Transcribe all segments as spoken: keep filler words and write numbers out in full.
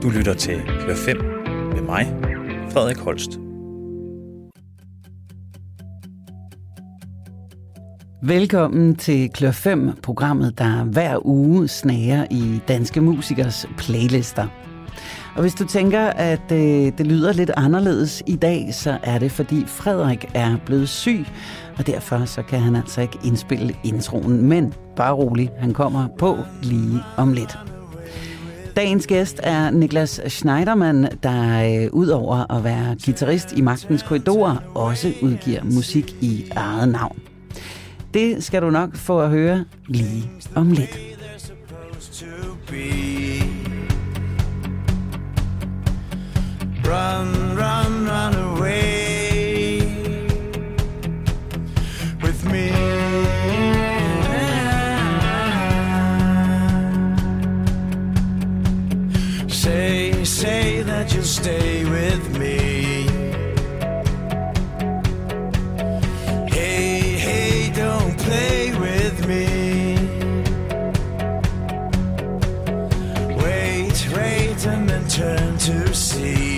Du lytter til Klør fem med mig, Frederik Holst. Velkommen til Klør fem, programmet, der hver uge snager i danske musikers playlister. Og hvis du tænker, at øh, det lyder lidt anderledes i dag, så er det, fordi Frederik er blevet syg, og derfor så kan han altså ikke indspille introen. Men bare rolig, han kommer på lige om lidt. Dagens gæst er Niklas Schneiderman, der øh, udover at være guitarist i Magtens Korridorer, også udgiver musik i eget navn. Det skal du nok få at høre lige om lidt. Run, run, run away with me. Say, say that you'll stay with me. Hey, hey, don't play with me. Wait, wait, and then turn to see.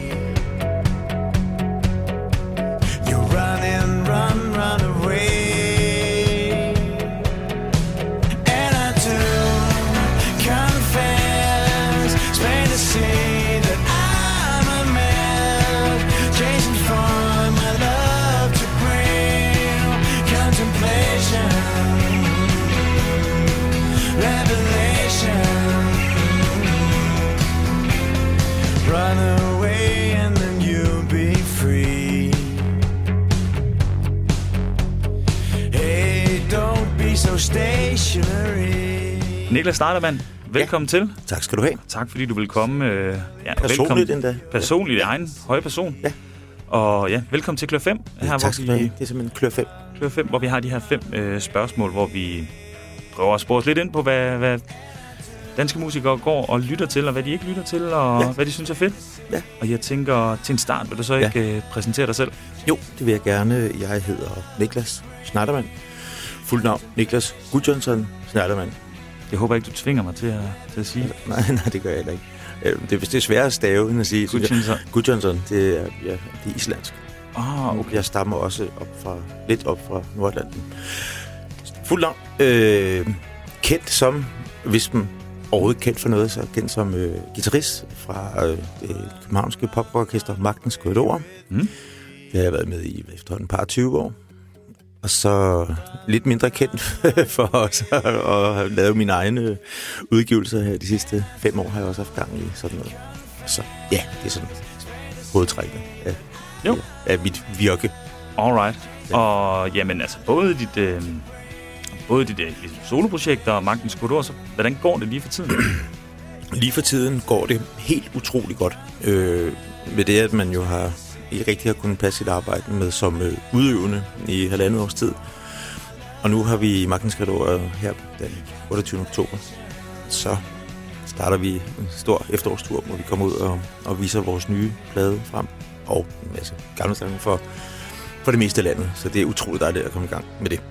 Niklas Schneiderman, velkommen ja. til. Tak skal du have. Tak fordi du vil komme. Øh, ja, personligt endda. Personligt, ja. egen høje person. Ja. Og ja, velkommen til Klør fem. Ja, her, tak skal du have. Det er simpelthen Klør fem. Klør fem, hvor vi har de her fem øh, spørgsmål, hvor vi prøver at spore os lidt ind på, hvad, hvad danske musikere går og lytter til, og hvad de ikke lytter til, og ja. hvad de synes er fedt. Ja. Og jeg tænker, til en start, vil du så ikke ja. øh, præsentere dig selv? Jo, det vil jeg gerne. Jeg hedder Niklas Schneiderman. Fuldt navn, Niklas Gudjonsson Schneiderman. Jeg håber ikke, du tvinger mig til at, til at sige. Nej, nej, det gør jeg heller ikke. Det er, det er svært at stave, end at sige. Gudjonsson. Gudjonsson, det er, ja, det er islandsk. Ah, okay. Jeg stammer også op fra, lidt op fra Nordatlanten. Fuldt navn. Øh, kendt som, hvis man overhovedet kendt for noget, så kendt som øh, guitarist fra øh, det københavnske poporkester Magtens Korridorer. Mm. Det har jeg været med i efterhånden et par tyve år. Og så lidt mindre kendt for os at lave mine egne udgivelser her de sidste fem år, har jeg også haft gang i sådan noget. Så ja, det er sådan hovedtrækkende af, jo. af mit virke. Alright. Ja. Og jamen altså, både dit, øh, både dit øh, soloprojekter og Magtens Korridorer, så hvordan går det lige for tiden? Lige for tiden går det helt utroligt godt. Øh, med det, at man jo har ikke rigtig har kunnet passe sit arbejde med som øh, udøvende i halvandet års tid. Og nu har vi Magtens Korridorer her den otteogtyvende oktober. Så starter vi en stor efterårstur, hvor vi kommer ud og, og viser vores nye plade frem. Og en masse gamle sange for, for det meste af landet. Så det er utroligt dejligt at komme i gang med det.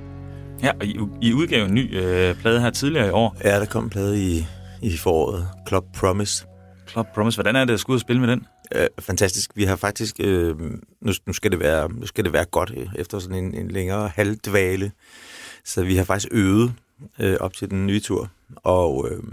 Ja, og I, I udgav en ny øh, plade her tidligere i år. Ja, der kom en plade i, i foråret. Club Promise. Club Promise. Hvordan er det at skulle ud og spille med den? Øh, fantastisk. Vi har faktisk øh, nu, nu skal det være nu skal det være godt øh, efter sådan en, en længere halvdvale. Så vi har faktisk øvet øh, op til den nye tur, og øh,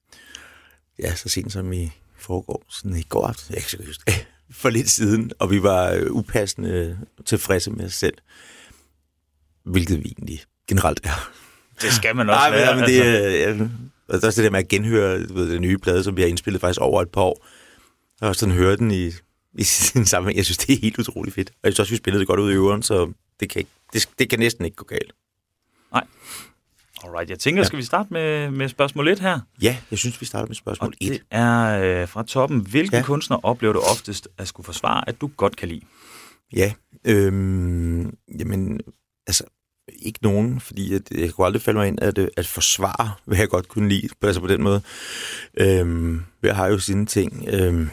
ja, så sent som i forgår, sådan i går aften, jeg kan just for lidt siden, og vi var øh, upassende tilfredse med os selv, hvilket vi egentlig generelt er. Det skal man også Nej, være. Men det, altså. øh, ja, det er også det der med at genhøre, du ved, den nye plade, som vi har indspillet faktisk over et par år. Jeg har sådan hørt den i, i sin sammenhæng. Jeg synes, det er helt utroligt fedt. Og jeg synes også, vi spillede det godt ud i øveren, så det kan, ikke, det, det kan næsten ikke gå galt. Nej. Alright, jeg tænker, ja. skal vi starte med, med spørgsmål et her? Ja, jeg synes, vi starter med spørgsmål et. Det er øh, fra toppen. Hvilke ja. kunstner oplever du oftest at skulle forsvare, at du godt kan lide? Ja, øhm, jamen, altså, ikke nogen, fordi at, jeg kunne aldrig falde mig ind at, at forsvare, hvad jeg godt kunne lide, altså på den måde. Øhm, jeg har jo sine ting. Øhm,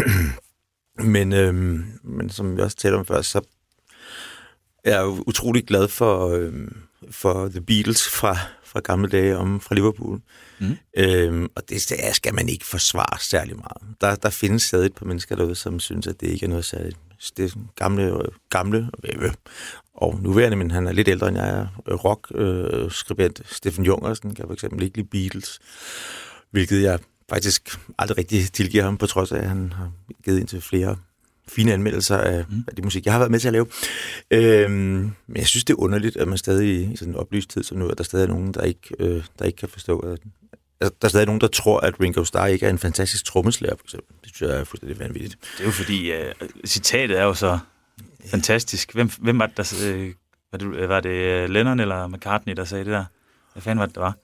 men, øhm, men som vi også talte om før, så er jeg jo utrolig glad for, øhm, for The Beatles fra, fra gamle dage om fra Liverpool. Mm. Øhm, og det skal man ikke forsvare særlig meget. Der, der findes stadig et par mennesker derude, som synes, at det ikke er noget særligt. Det er gamle, gamle øh, og nuværende, men han er lidt ældre end jeg er, rock-skribent øh, Steffen Jungersen kan for eksempel ikke lide Beatles, hvilket jeg faktisk aldrig rigtig tilgiver ham, på trods af, at han har givet ind til flere fine anmeldelser af, mm. af det musik, jeg har været med til at lave. Øhm, men jeg synes, det er underligt, at man stadig i sådan en oplyst tid som nu, at der stadig er nogen, der ikke, øh, der ikke kan forstå, at der er stadig nogen, der tror, at Ringo Starr ikke er en fantastisk trommeslager, for eksempel. Det synes jeg er fuldstændig vanvittigt. Det er jo fordi, uh, citatet er jo så fantastisk. Hvem, hvem var det, der... Uh, var det, var det Lennon eller McCartney, der sagde det der? Hvad fanden var det, der var?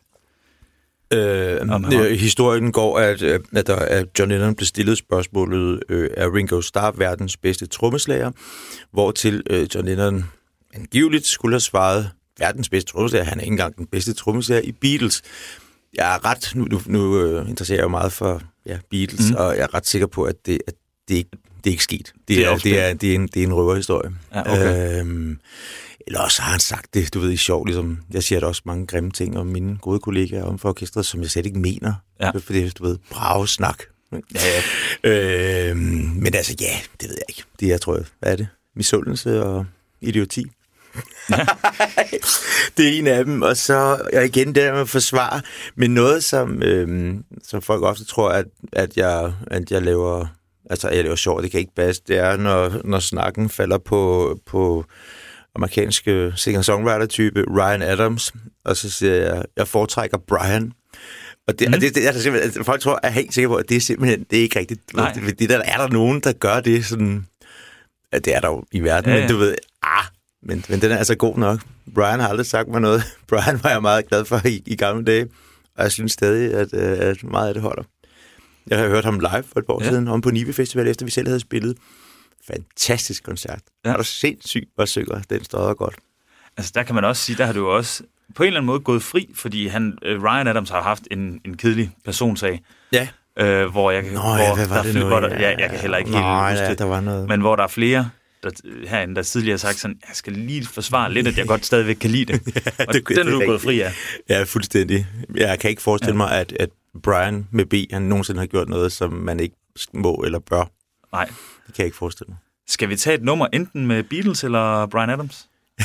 Øh, øh, historien går, at, at, der, at John Lennon blev stillet spørgsmålet, øh, er Ringo Starr verdens bedste trommeslager? Hvortil øh, John Lennon angiveligt skulle have svaret, verdens bedste trommeslager, han er ikke engang den bedste trommeslager i Beatles. Jeg er ret, nu, nu, nu øh, interesserer jeg jo meget for ja, Beatles, mm. og jeg er ret sikker på, at det, at det, ikke, det er ikke sket. Det, det, er, det, er, det, er, en, det er en røverhistorie. Ja, okay. øhm, Eller også har han sagt det, du ved, i sjov, ligesom, jeg siger da også mange grimme ting om mine gode kollegaer om for orkestret, som jeg slet ikke mener, ja. For det er, du ved, brave snak. Ja, ja. øhm, men altså, ja, det ved jeg ikke. Det jeg tror jeg, hvad er det? Misundelse og idioti. Ja. Det er en af dem, og så jeg igen der med at forsvare, men noget, som, øhm, som folk ofte tror, at, at, jeg, at jeg laver, altså jeg laver sjov, det kan ikke passe, det er, når, når snakken falder på, på amerikanske singer-songwriter-type Ryan Adams, og så siger jeg, jeg foretrækker Brian. Og det, mm. og det, det er der simpelthen, folk tror, er helt sikker på, at det er simpelthen, det er ikke rigtigt. Det, det der, er der nogen, der gør det sådan, at det er der jo i verden, ja, ja. Men du ved, ah, men, men den er altså god nok. Brian har aldrig sagt mig noget. Brian var jeg meget glad for i, i gamle dage, og jeg synes stadig, at, at meget af det holder. Jeg har hørt ham live for et par år ja. siden, om på Nibe Festival, efter vi selv havde spillet. Fantastisk koncert. Ja. Er du sindssygt, hvor synger den støder godt. Altså, der kan man også sige, der har du jo også på en eller anden måde gået fri, fordi han, Ryan Adams har haft en, en kedelig personsag. Ja. Øh, hvor jeg, Nå, ja, hvad var det nu? Der, ja, jeg kan heller ikke helt Nå, huske ja, det. Der var noget. Men hvor der er flere der, herinde, der tidligere har sagt sådan, jeg skal lige forsvare lidt, at jeg godt stadigvæk kan lide det. Ja, og det, den er du gået fri af. Ja, fuldstændig. Jeg kan ikke forestille ja. mig, at, at Brian med B, han nogensinde har gjort noget, som man ikke må eller bør. Nej. Det kan jeg ikke forestille mig. Skal vi tage et nummer enten med Beatles eller Bryan Adams?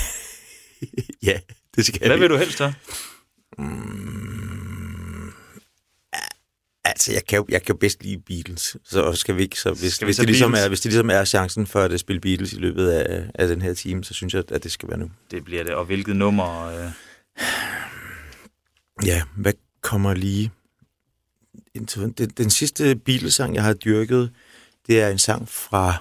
Ja, det skal Hvad vi. vil du helst have? Mm, altså, jeg kan jo jeg kan jo bedst lide Beatles, så skal vi ikke. Så hvis, hvis, det ligesom er, hvis det ligesom er chancen for at spille Beatles i løbet af, af den her time, så synes jeg, at det skal være nu. Det bliver det. Og hvilket nummer? Øh... Ja, hvad kommer lige? Den, den sidste Beatles-sang, jeg har dyrket, det er en sang fra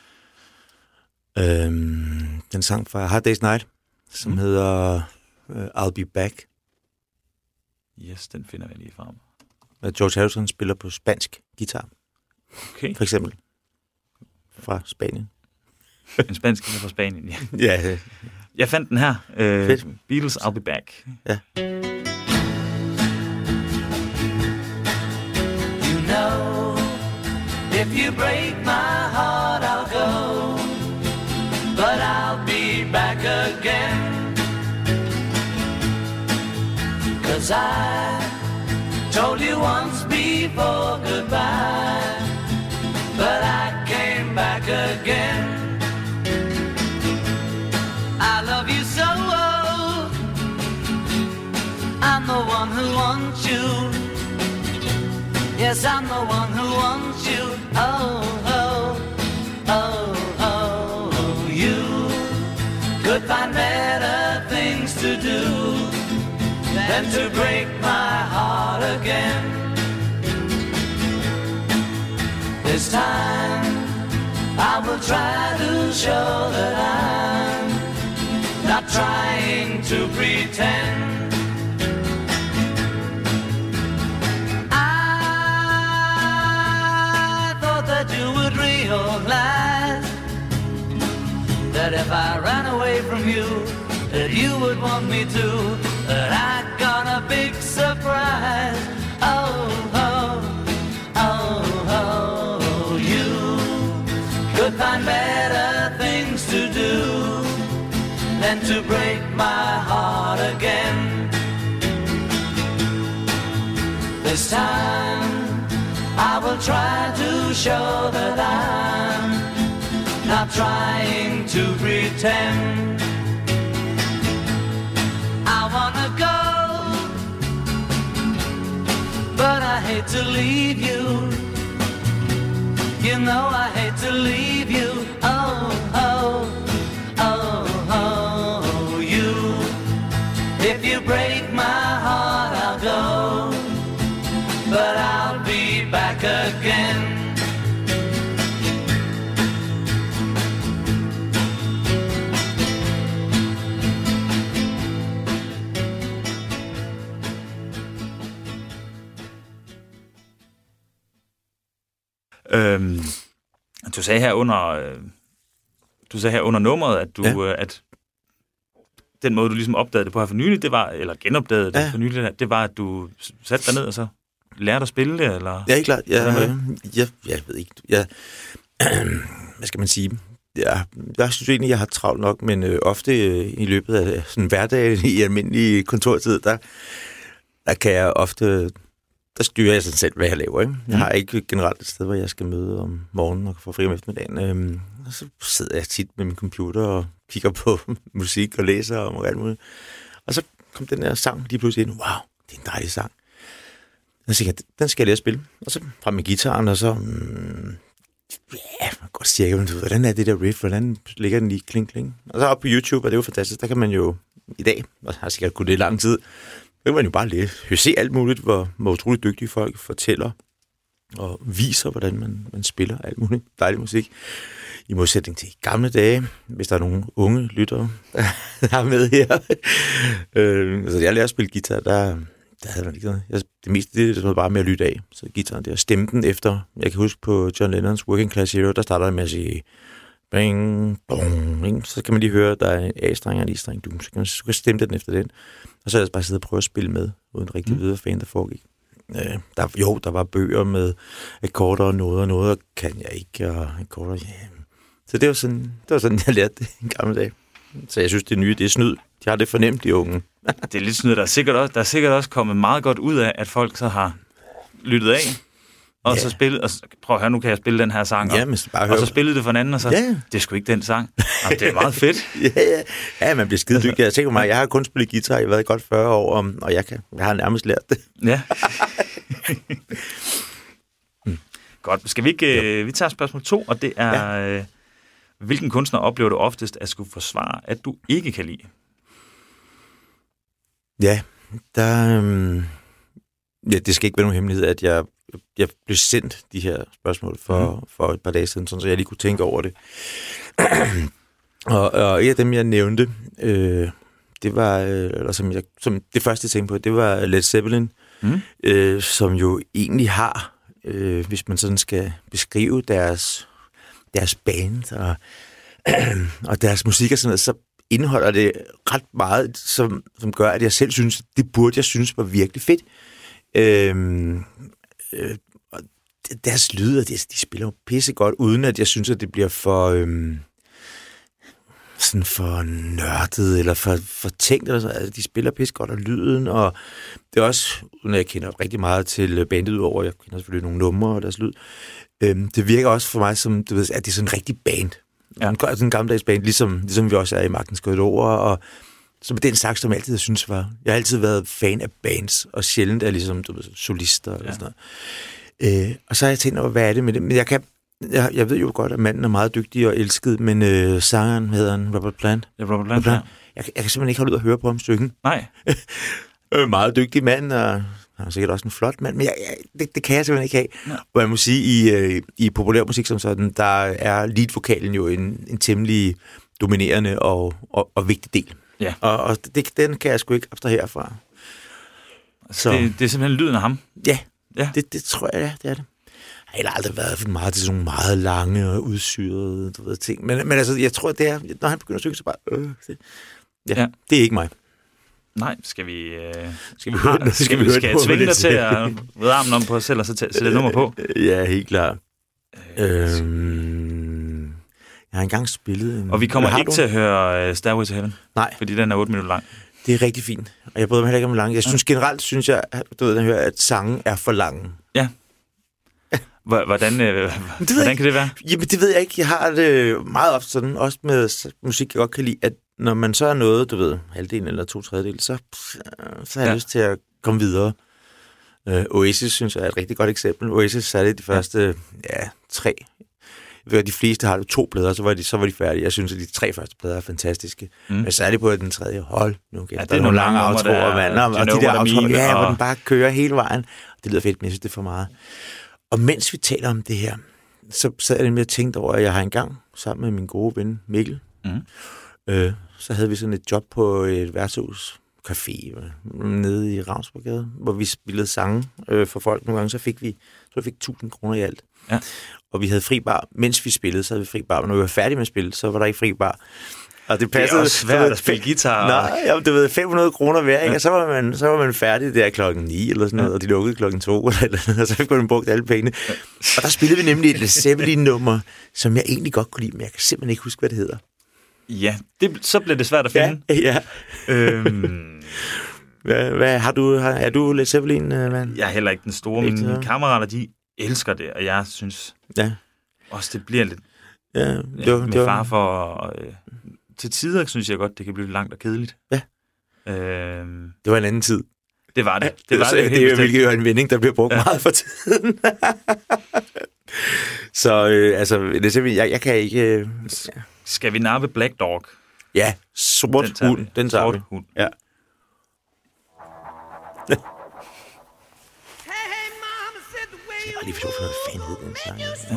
øhm, den sang fra Hard Day's Night, som mm. hedder uh, I'll Be Back. Yes, den finder vi lige frem. George Harrison spiller på spansk guitar. Okay. For eksempel. Fra Spanien. En spansk guitar fra Spanien, ja. Ja. Jeg fandt den her. Uh, Beatles, I'll Be Back. Ja. You know, if you break my heart, I'll go, but I'll be back again. 'Cause I told you once before goodbye, but I came back again. I love you so, I'm the one who wants you. Yes, I'm the one who wants you. Oh, oh, oh, oh, oh. You could find better things to do than to break my heart again. This time I will try to show that I'm not trying to pretend. I thought that you would realize that if I ran away from you, that you would want me to, that I got a big surprise. Oh, oh, oh, oh, you could find better things to do than to break my heart again. this time I will try to show that I'm not trying to pretend. I wanna go, but I hate to leave you. You know I hate to leave you. Oh, oh, oh, oh, you. If you break my heart, I'll go, but I'll be back again. Øhm, du sagde her under, øh, du sagde her under nummeret, at du, Ja. øh, at den måde, du ligesom opdagede det på her for nylig, det var, eller genopdagede det Ja. for nylig, det var, at du satte dig ned og så lærte at spille det, eller? Ja, helt klart. Jeg, Hvordan jeg, jeg, jeg ved ikke. Jeg, hvad skal man sige? Jeg, jeg synes egentlig, jeg har travlt nok, men øh, ofte øh, i løbet af sådan hverdagen i almindelig kontortid, der, der kan jeg ofte... Der styrer jeg sådan selv, hvad jeg laver. Ikke? Jeg har ikke generelt et sted, hvor jeg skal møde om morgenen og få fri om eftermiddagen. Øhm, og så sidder jeg tit med min computer og kigger på musik og læser om alt muligt. Og så kom den der sang lige pludselig ind. Wow, det er en dejlig sang. Og så tænkte jeg, den skal jeg lære at spille. Og så frem med gitaren, og så... Mm, ja, man kan godt sige, hvordan er det der riff? Hvordan ligger den lige kling, kling? Og så op på YouTube, og det er jo fantastisk. Der kan man jo i dag, og har sikkert kunnet det i lang tid, så kan man jo bare læse, se alt muligt, hvor, hvor utroligt dygtige folk fortæller og viser, hvordan man, man spiller alt muligt dejlig musik. I modsætning til gamle dage, hvis der er nogle unge lyttere, der er med her. øh, altså, jeg lærte at spille guitar, der, der havde man ikke noget. Jeg, det meste det, det var bare med at lytte af. Så guitaren der, stemte den efter, jeg kan huske på John Lennons Working Class Hero, der starter med at sige, bing, bong, så kan man lige høre, der er en A-streng og en I-streng, så kan man så kan stemme den efter den. Og så er jeg bare siddet og prøve at spille med, uden rigtig videre fan, der foregik. Øh, der, jo, der var bøger med akkorder og noget og noget, og kan jeg ikke, og akkorder, ja. Så det var sådan, det var sådan, jeg lærte det en gammel dag. Så jeg synes, det nye, det er snyd. De har det fornemt, de unge. Det er lidt snyd, der er sikkert også, der er sikkert også kommet meget godt ud af, at folk så har lyttet af, og ja. så spillet, og så, prøv at høre, nu kan jeg spille den her sang, ja, men så bare og hør. så spillede det for en anden, og så, ja. det er sgu ikke den sang. Jamen, det er meget fedt. ja, ja. ja, man bliver skide dygtig. Jeg tænker mig, jeg har kun spillet guitar, jeg har været godt fyrre år, og, og jeg, kan, jeg har nærmest lært det. Ja. mm. Godt, skal vi ikke, øh, vi tager spørgsmål to, og det er, ja. øh, hvilken kunstner oplever du oftest at skulle forsvare, at du ikke kan lide? Ja, der, øhm, ja, det skal ikke være nogen hemmelighed, at jeg, jeg blev sendt de her spørgsmål for, mm. for et par dage siden, sådan, så jeg lige kunne tænke over det. og, og et af dem, jeg nævnte, øh, det var, øh, eller som, jeg, som det første, jeg tænkte på, det var Led Zeppelin, mm. øh, som jo egentlig har, øh, hvis man sådan skal beskrive deres, deres band og, og deres musik og sådan noget, så indeholder det ret meget, som, som gør, at jeg selv synes, det burde jeg synes var virkelig fedt. Øhm, øh, deres lyder, de, de spiller jo pissegodt, uden at jeg synes, at det bliver for øhm, sådan for nørdet, eller for, for tænkt, eller så. Altså, de spiller pissegodt, og lyden, og det er også, uden at jeg kender rigtig meget til bandet udover, jeg kender selvfølgelig nogle numre og deres lyd, øhm, det virker også for mig som, du ved, at det er sådan en rigtig band. Ja. En, sådan en gammeldags band, ligesom, ligesom vi også er i Magtens Korridorer, og så med den slags, som jeg altid synes var. Jeg har altid været fan af bands, og sjældent er ligesom, du ved, solister ja. Eller sådan noget. Øh, og så har jeg tænkt over, hvad er det med det? Men jeg kan, jeg, jeg ved jo godt, at manden er meget dygtig og elsket, men øh, sangeren hedder han Robert Plant. Ja, Robert Plant, Robert Plant. Ja. Jeg, jeg kan simpelthen ikke holde ud at høre på ham stykken. Nej. øh, meget dygtig mand, og han er sikkert også en flot mand, men jeg, jeg, det, det kan jeg simpelthen ikke have. Og jeg må sige, i, øh, i populær musik som sådan, der er lead-vokalen jo en, en temmelig dominerende og, og, og vigtig del. Ja. Og, og det, den kan jeg sgu ikke abstrahere herfra. Så. Det, det er simpelthen lyden af ham? Ja, ja. Det, det tror jeg, ja, det er det. Jeg har aldrig været for meget til sådan nogle meget lange og udsyrede du ved, ting. Men, men altså, jeg tror, det er, når han begynder at synge, så bare... Øh, det, ja, ja, det er ikke mig. Nej, skal vi... Øh, skal vi høre det? Skal, skal vi, skal jeg tvinge dig til at vride armen om på os selv, og så sætte et nummer på? Ja, helt klart. Øh, øhm, jeg har engang spillet en... Og vi kommer ikke du? til at høre uh, Stairway to Heaven. Nej. Fordi den er otte minutter lang. Det er rigtig fint. Og jeg bryder mig heller ikke om lange. Jeg synes generelt, synes jeg, du ved, at, høre, at sangen er for lange. Ja. Hvordan, øh, hvordan kan det være? Jamen, det ved jeg ikke. Jeg har det meget ofte sådan, også med musik, jeg godt kan lide, at når man så er noget, du ved, halvdelen eller to tredjedel, så, så har jeg ja. lyst til at komme videre. Uh, Oasis, synes jeg, er et rigtig godt eksempel. Oasis, så er det de første, ja, tre. Jeg ved, de fleste har to plader, så var de, så var de færdige. Jeg synes, at de tre første plader er fantastiske. Mm. Men særligt på den tredje, hold nu. Okay. Ja, det er, er nogle lange outroer, mand. Og, og de der outroer, ja, og... hvor den bare kører hele vejen. Det lyder fedt, men jeg synes, det er for meget. Og mens vi taler om det her, så sad jeg nemlig og tænkte over, at jeg har engang sammen med min gode ven Mikkel, mm. øh, så havde vi sådan et job på et værtshus, café nede i Ravnsborggade, hvor vi spillede sange øh, for folk. Nogle gange så fik vi, så vi fik tusind kroner i alt. Ja. Og vi havde fri bar. Mens vi spillede, så havde vi fri bar. Men når vi var færdige med at spille, så var der ikke fri bar. Og det, passede, det er også svært at spille guitar. Nej, ja, du ved, fem hundrede kroner hver, ikke? Ja. Og så var, man, så var man færdig der klokken ni, eller sådan noget, ja. Og de lukkede klokken to, eller noget, og så fik man brugt alle pengene. Ja. Og der spillede vi nemlig et Led Zeppelin-nummer, som jeg egentlig godt kunne lide, men jeg kan simpelthen ikke huske, hvad det hedder. Ja, det, så bliver det svært at finde. Ja, ja. Øhm... Hvad, hvad har du? Har, er du Led Zeppelin, mand? Jeg er heller ikke den store. Mine kammerater, de elsker det, og jeg synes ja. også, det bliver lidt ja, det var, med det var... far for... Øh, til tider synes jeg godt, det kan blive langt og kedeligt. Ja. Øhm, det var en anden tid. Det var det. Det, det, var det, det, det er hvilket jo en vending, der bliver brugt ja. meget for tiden. Så øh, altså, Led Zeppelin, jeg, jeg kan ikke... Øh, ja. Skal vi nappe Black Dog? Ja, sort den hund. Den tager sort vi. Hund. Ja. Jeg har lige forstået, hvad fanden hed den sang. Ja.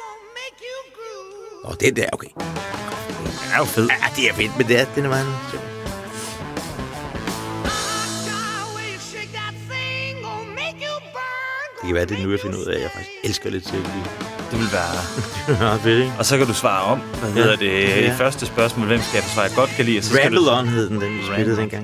Åh, den der, okay. Den er jo fed. Ja, det er fedt, men det er, den er meget... Det kan være, det nu, jeg finder ud af, at jeg faktisk elsker lidt Zeppelin. Det vil være... ja, fedt, ikke? Og så kan du svare om, hvad hedder det, ja. i første spørgsmål, hvem skal jeg forsvare, jeg godt kan lide. Så Ramble du... On hed den, den vi spillede dengang.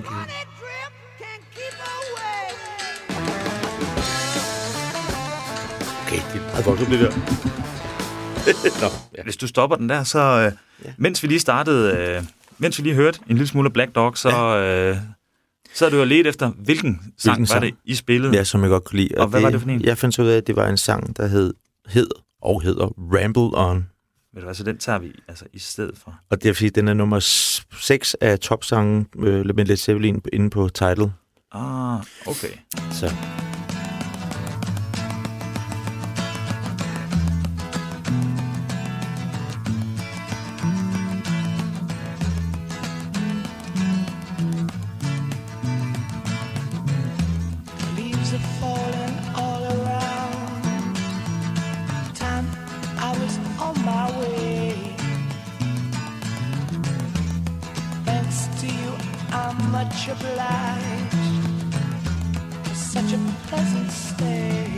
Okay, det er meget godt, det bliver der. Nå, ja. Hvis du stopper den der, så... Øh, ja. Mens vi lige startede... Øh, mens vi lige hørte en lille smule Black Dog, så... Ja. Øh, så er du jo let efter, hvilken sang hvilken var det, I spillede? Ja, som jeg godt kunne lide. Og, og hvad det, var det for en? Jeg fandt ud af, at det var en sang, der hed, hed og hedder Ramble On. Ved du hvad, så den tager vi altså i stedet for. Og det er fordi, den er nummer seks af topsangen øh, med Led Zeppelin inde på Tidal. Ah, okay. Så... obliged for such a pleasant stay.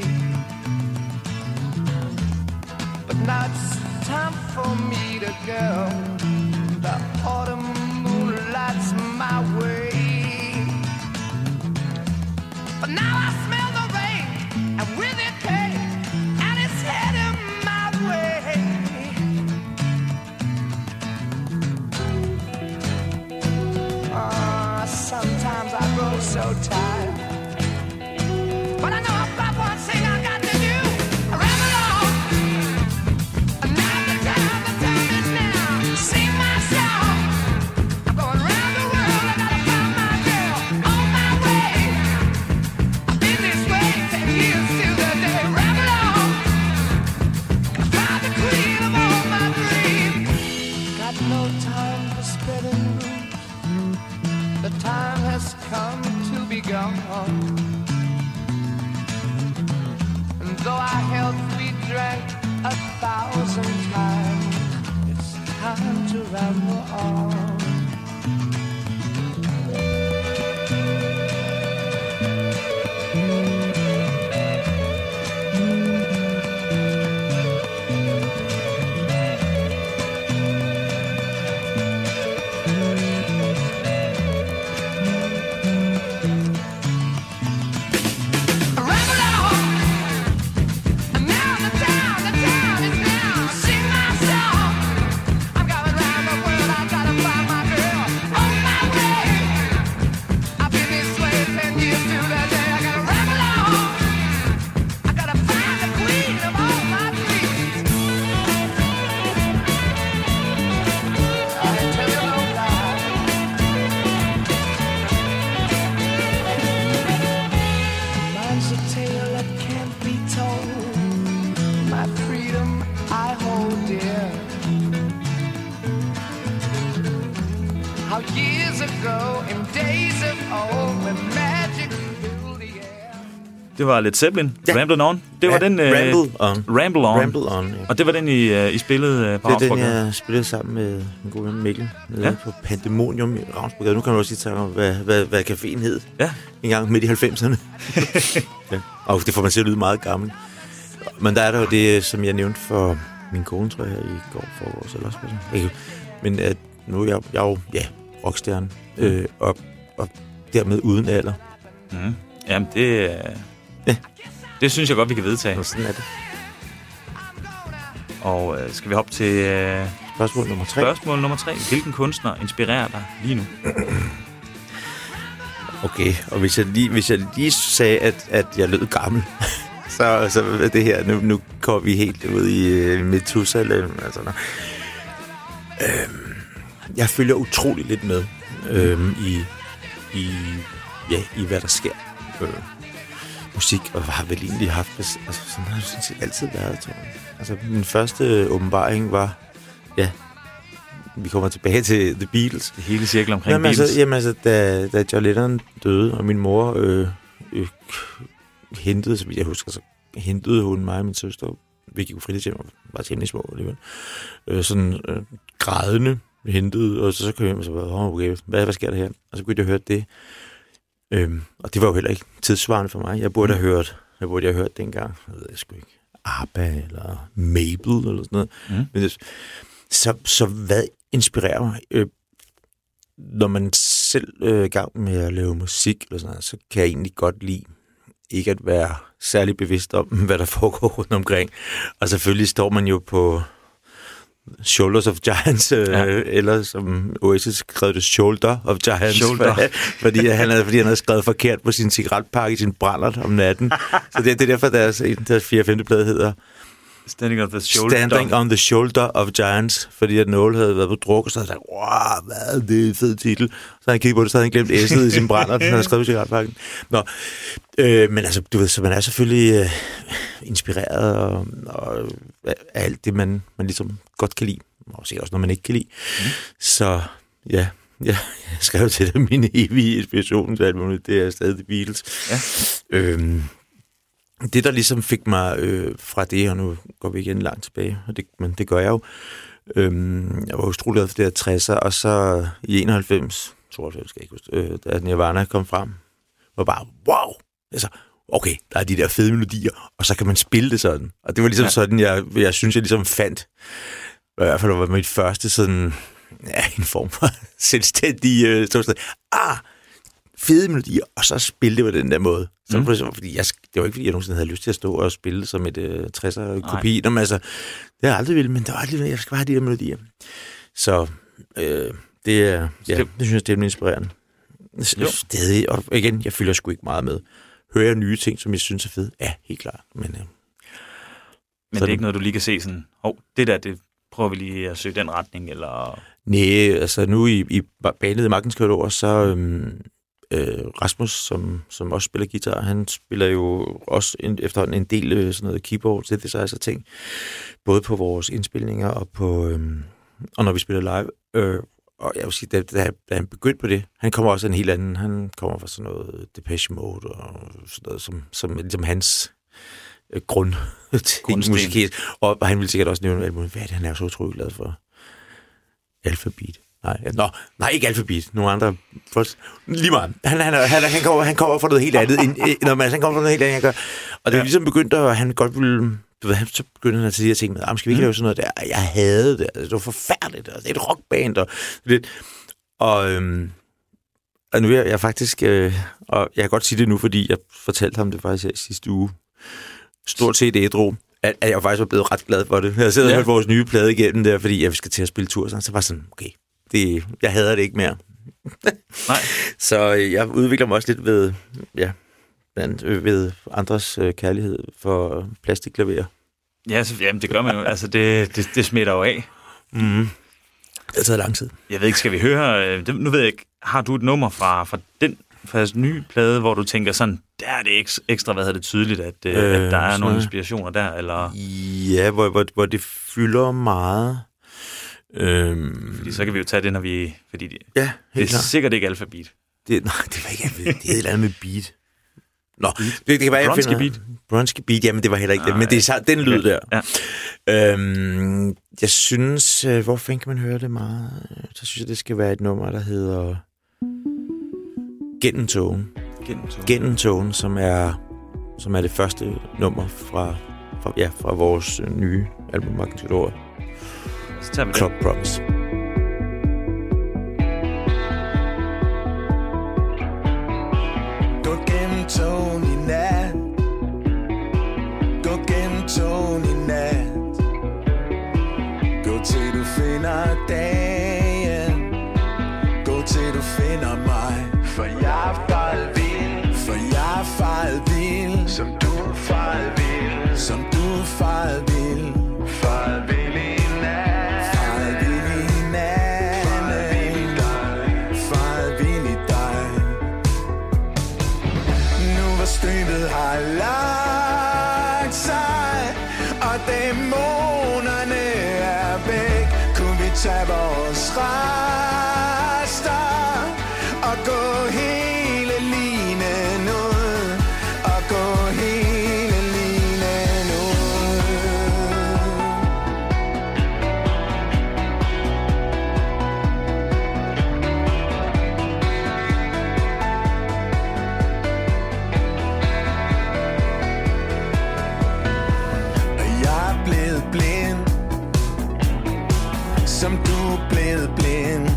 But now it's time for me to go. The autumn moonlight's my way. But now I smell the rain, and with it pain, and it's heading my way. Uh, sometimes I grow so tired, but I know about one thing I got to do. I ramble on, and now the time, the time is now. Sing my song, I'm going round the world. I gotta find my girl on my way. I've been this way ten years till the day. Ramble on, I found the queen of all my dreams. Got no time for spreading rules. The time has come to be gone. And though our health we drank a thousand times, it's time to ramble on. Find my once a tale that can't be told. My freedom I hold dear. How years ago, in days of old, when magic filled the air. Det var Led Zeppelin, ja. Ramble On. Det ja, var den... Uh, Ramble On. Ramble On. Ramble On, ja. Og det var den, I, uh, I spillede uh, på Ravnsborg. Det er Ravnsborg. den, jeg spillede sammen med min gode ven Mikkel, nede ja. på Pandemonium i Ravnsborg. Nu kan man også sige om, hvad, hvad, hvad caféen hed. Ja. En gang midt i halvfemserne. ja. Og det får man til at lyde meget gammel. Men der er der jo det, som jeg nævnte for min kone, tror jeg, her i går forårs eller også. Ikke? Men at nu er jeg, jeg er jo ja, rockstjerne, mm. øh, og, og dermed uden alder. Mm. Jamen, det, ja. det synes jeg godt, vi kan vedtage. Og sådan er det. Og øh, skal vi hoppe til øh, spørgsmål nummer tre? Spørgsmål nummer tre. Hvilken kunstner inspirerer dig lige nu? Okay, og hvis jeg lige, hvis jeg lige sagde, at, at jeg lød gammel, så, så det her, nu, nu kommer vi helt ud i uh, Methuselah. Altså, øhm, jeg følger utrolig lidt med øhm, i, i, ja, i, hvad der sker. Øh, musik, og har vel egentlig haft, altså sådan har det sådan set altid været, tror jeg. Altså, min første åbenbaring var, ja, vi kommer tilbage til The Beatles. Det hele cirkel omkring jamen, Beatles. Altså, jamen altså, da, da John Lennon døde, og min mor øh, øh, hentede, så vidt jeg husker, så hentede hun mig og min søster, vi gik på fritidshjem og var temmelig små alligevel, øh, sådan øh, grædende hentede, og så, så kom jeg hjem og så var, oh, okay, hvad, hvad sker der her? Og så begyndte jeg at høre det. Øhm, og det var jo heller ikke tidsvarende for mig. Jeg burde have hørt, jeg burde have hørt det engang. Jeg ved jeg sgu ikke. ABBA eller Mabel eller sådan noget. Mm. Men det, så, så hvad inspirerer mig? Øh, når man selv øh, er i gang med at lave musik eller sådan noget, så kan jeg egentlig godt lide ikke at være særlig bevidst om, hvad der foregår rundt omkring. Og selvfølgelig står man jo på Shoulders of Giants, øh, ja. Eller som Oasis skrev det, Shoulder of Giants, Shoulder. For, fordi, han havde, fordi han havde skrevet forkert på sin cigaretpakke i sin brændert om natten. Så det, det er derfor, deres, deres fjerde femte plade hedder Standing on the Shoulder. Standing on the Shoulder of Giants, fordi at Noel havde været på druk, og så havde han sagt, wow, hvad er det en fed titel. Så han kiggede på det, så havde han glemt S'et i sin brændert, han havde skrevet på cigaretpakken. Nå, øh, men altså, du ved, så man er selvfølgelig øh, inspireret og, og af alt det, man, man ligesom godt kan lide, og sikkert også, når man ikke kan lide. Mm. Så ja, ja, jeg skrev til det, min evige inspiration til alt muligt, det er stadig The Beatles. Ja. Øhm, Det, der ligesom fik mig øh, fra det, og nu går vi igen langt tilbage, og det, men det gør jeg jo. Øhm, jeg var utrolig glad for det her tresser, og så i enoghalvfems, tooghalvfems skal jeg ikke huske, øh, da Nirvana kom frem, var bare, wow! Altså, okay, der er de der fede melodier, og så kan man spille det sådan. Og det var ligesom ja. sådan, jeg, jeg synes, jeg ligesom fandt, i hvert fald var mit første sådan, ja, en form for selvstændig øh, ståsted. Ah! Fede melodier, og så spille det på den der måde. Så, mm. fordi jeg, det var ikke, fordi jeg nogensinde havde lyst til at stå og spille som et uh, tresser-kopi. Nå, men altså, det har jeg aldrig ville, men det var aldrig, jeg skal bare have de der melodier. Så øh, det, er, ja, det synes jeg, det er inspirerende. Stadig, og igen, jeg følger sgu ikke meget med. Hører jeg nye ting, som jeg synes er fede? Ja, helt klart. Men, øh, men det er ikke noget, du lige kan se sådan, hov, oh, det der, det prøver vi lige at søge den retning, eller... Nej, altså nu i, i banet i Magtens Korridor, så... Øhm, Øh, Rasmus, som, som også spiller guitar, han spiller jo også en, efterhånden en del øh, sådan noget keyboard, synthesizer ting, både på vores indspilninger og på øh, og når vi spiller live. Øh, og jeg vil sige, da, da, da han begyndte på det, han kommer også en helt anden, han kommer fra sådan noget Depeche Mode og sådan noget, som, som ligesom hans øh, grund til musik. Og, og han ville sikkert også nævne, hvad er det, han er så utrolig glad for? Alphabet. Nej, nå, nej, ikke Alphabet. Nogle andre folk. Lige meget. Han, han, han, han, kommer, han kommer fra noget helt andet. End, når man, han kommer fra noget helt andet, jeg gør. Og det er ja. ligesom begyndt, at han godt ville... Du ved, så begyndte han at tage de her ting med, ah, skal vi ikke mm. lave sådan noget der? Jeg havde det. Det var forfærdeligt. Og det er et rockband. Og, lidt. og, øhm, og nu er jeg, jeg faktisk... Øh, og jeg kan godt sige det nu, fordi jeg fortalte ham det faktisk her i sidste uge. Stort set ædru. At, at jeg faktisk var blevet ret glad for det. Jeg sidder og ja. hørt vores nye plade igennem der, fordi jeg skal til at spille tur. Så var sådan, okay... Det, jeg hader det ikke mere. Nej. Så jeg udvikler mig også lidt ved, ja, ved andres øh, kærlighed for plastikklaver. Ja, så, jamen, det gør man jo. Altså, det, det, det smitter jo af. Mm. Det har taget lang tid. Jeg ved ikke, skal vi høre... Det, nu ved jeg ikke, har du et nummer fra, fra den for jeres nye plade, hvor du tænker sådan, der er det eks- ekstra, hvad hedder det, tydeligt, at, øh, at der er nogle inspirationer der, eller? Ja, hvor, hvor, hvor det fylder meget. Øhm, fordi så kan vi jo tage det, når vi... Fordi det, ja, det er klart. sikkert ikke alfabet. Det, nej, det var ikke alfabet. Det er et eller andet med beat. Nå, det, det kan være, jeg Bronski finder... Beat. Bronski Beat, jamen det var heller ikke ah, det, men det er så, den lyd okay. der. Ja. Øhm, jeg synes, øh, hvor fanden kan man høre det meget? Så synes jeg, det skal være et nummer, der hedder Gennem togen. Gennem togen. Gennem togen, som er, som er det første nummer fra, fra, ja, fra vores øh, nye album, Magnetolor. Så tager vi Club Promise. Gå gennem togen i nat. Gå gennem togen i nat. Gå til du finder dagen. Gå til du finder mig. For jeg er faret vild. For jeg er faret vild. Som du er faret vild. Som du er faret vild. Faret vild i nat. Faret vild i nat. Faret vild i dig. Faret vild i dig. Nu hvor støbet har lagt sig, og dæmonerne er væk, kunne vi tage vores rester og gå hele linen ud, og gå hele linen ud. Og jeg er blevet blind, som du er blevet blind.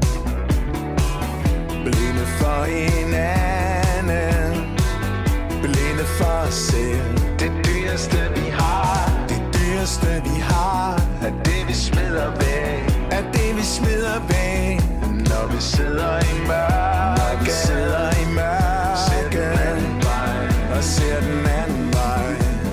Blinde for hinanden, blinde for os selv. Det dyreste vi har, det dyreste vi har, er det vi smider væk, er det vi smider væk. Når vi sidder i mørke, når vi sidder i mørke, ser den anden vej, og ser den anden vej.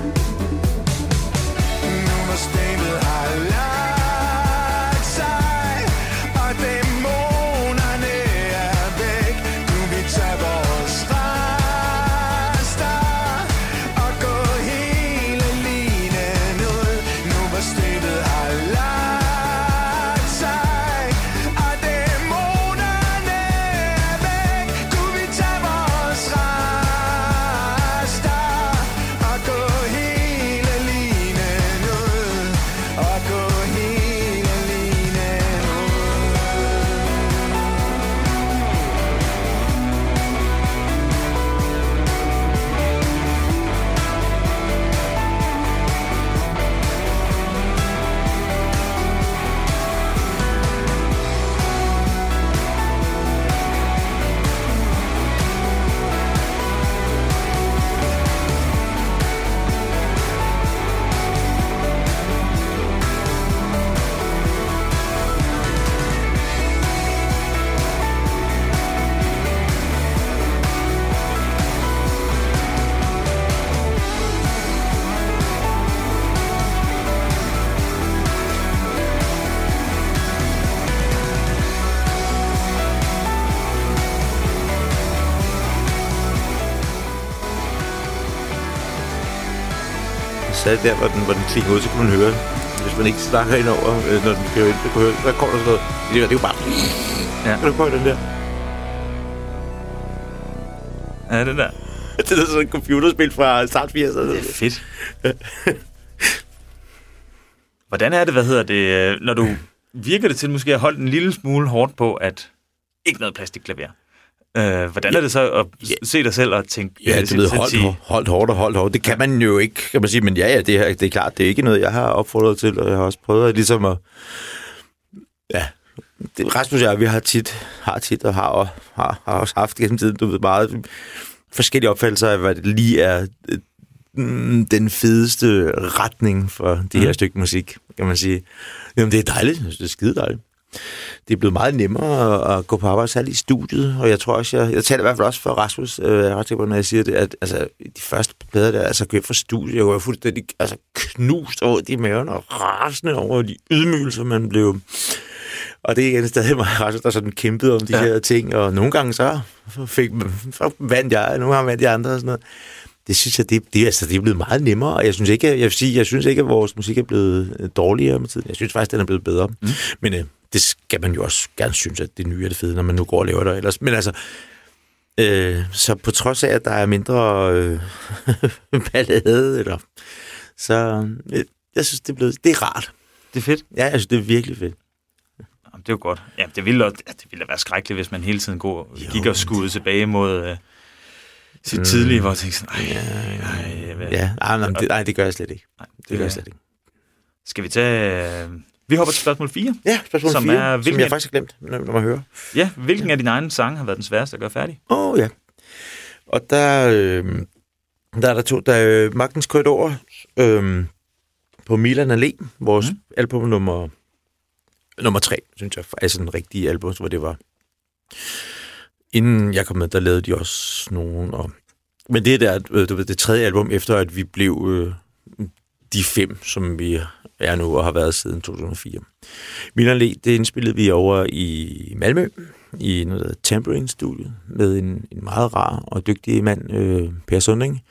Nu hvor spillet har lagt sig, og dæmonerne er væk, kunne vi tage vores rester og gå hele linen ud. Nu hvor spillet har lagt sig, og dæmonerne er væk, kunne vi tage vores rester og gå hele linen ud, og gå hele linen ud. Så der, hvor den, hvor den klinger ud, så kan man høre, hvis man ikke snakker ind over, øh, når den kører ind, så kan høre, der kommer der sådan noget. Det er, det er jo bare... Ja. Kan du prøve den der? Ja, det der. Det er sådan et computerspil fra start firserne. Det er fedt. Hvordan er det, hvad hedder det, når du virker det til måske at holde en lille smule hårdt på, at ikke noget plastikklaver? Øh, hvordan er det så at se dig selv og tænke... Ja, det ved holdt, holdt hårdt og holdt hårdt. Det kan man jo ikke, kan man sige, men ja, ja, det er, det er klart, det er ikke noget, jeg har opfordret til, og jeg har også prøvet at ligesom at... Ja, det, Rasmus og jeg, vi har tit, har tit og har, og har, har også haft gennem tiden, du ved, meget forskellige opfattelser af, hvad det lige er mm, den fedeste retning for det her mm. stykke musik, kan man sige. Jamen, det er dejligt. Det er skide dejligt. Det er blevet meget nemmere at, at gå på arbejde, særligt i studiet, og jeg tror også, jeg, jeg taler i hvert fald også for Rasmus, øh, når jeg siger det, at altså, de første plader der, altså gå fra studiet, jeg var fuldstændig altså, knust over de maven og rasende over de ydmygelser, man blev Og det er igen stadig mig, der sådan kæmpede om de ja. her ting, og nogle gange så, fik, så vandt jeg, og nogle gange vandt de andre og sådan noget. Det synes jeg, det, det, altså, det er blevet meget nemmere, og jeg synes ikke, jeg, vil sige, jeg synes ikke, at vores musik er blevet dårligere med tiden. Jeg synes faktisk, den er blevet bedre. Mm. Men øh, det skal man jo også gerne synes, at det nye er det fede, når man nu går og laver det ellers. Men altså, øh, så på trods af, at der er mindre øh, ballade, eller, så øh, jeg synes, det er, blevet, det er rart. Det er fedt? Ja, jeg synes, det er virkelig fedt. Jamen, det er jo godt. Ja, det ville, det ville være skrækkeligt, hvis man hele tiden går, gik og skudde tilbage mod øh, sit mm. tidlige, hvor jeg tænkte sådan, ej, ej, ej, hvad? Ja, nej, nej, det, nej, det gør jeg slet ikke. Nej, det, det gør jeg slet ikke. Skal vi tage... Øh, vi hopper til spørgsmål fire. Ja, spørgsmål som fire, er, som jeg faktisk har glemt, når man hører. Ja, hvilken af dine egne sange har været den sværeste at gøre færdig? Åh, oh, ja. Og der, øh, der er der to, der er øh, Magtens Korridor øh, på Milan Allé, vores mm. album nummer, nummer tre, synes jeg, er sådan en rigtig album, hvor det var. Inden jeg kom med, der lavede de også nogen. Og, men det der, øh, det var det tredje album, efter at vi blev øh, de fem, som vi er nu og har været siden to tusind og fire. Milan Allé, det indspillede vi over i Malmø, i noget, der hedder Tambourine-studiet, med en, en meget rar og dygtig mand, øh, Per Sunding.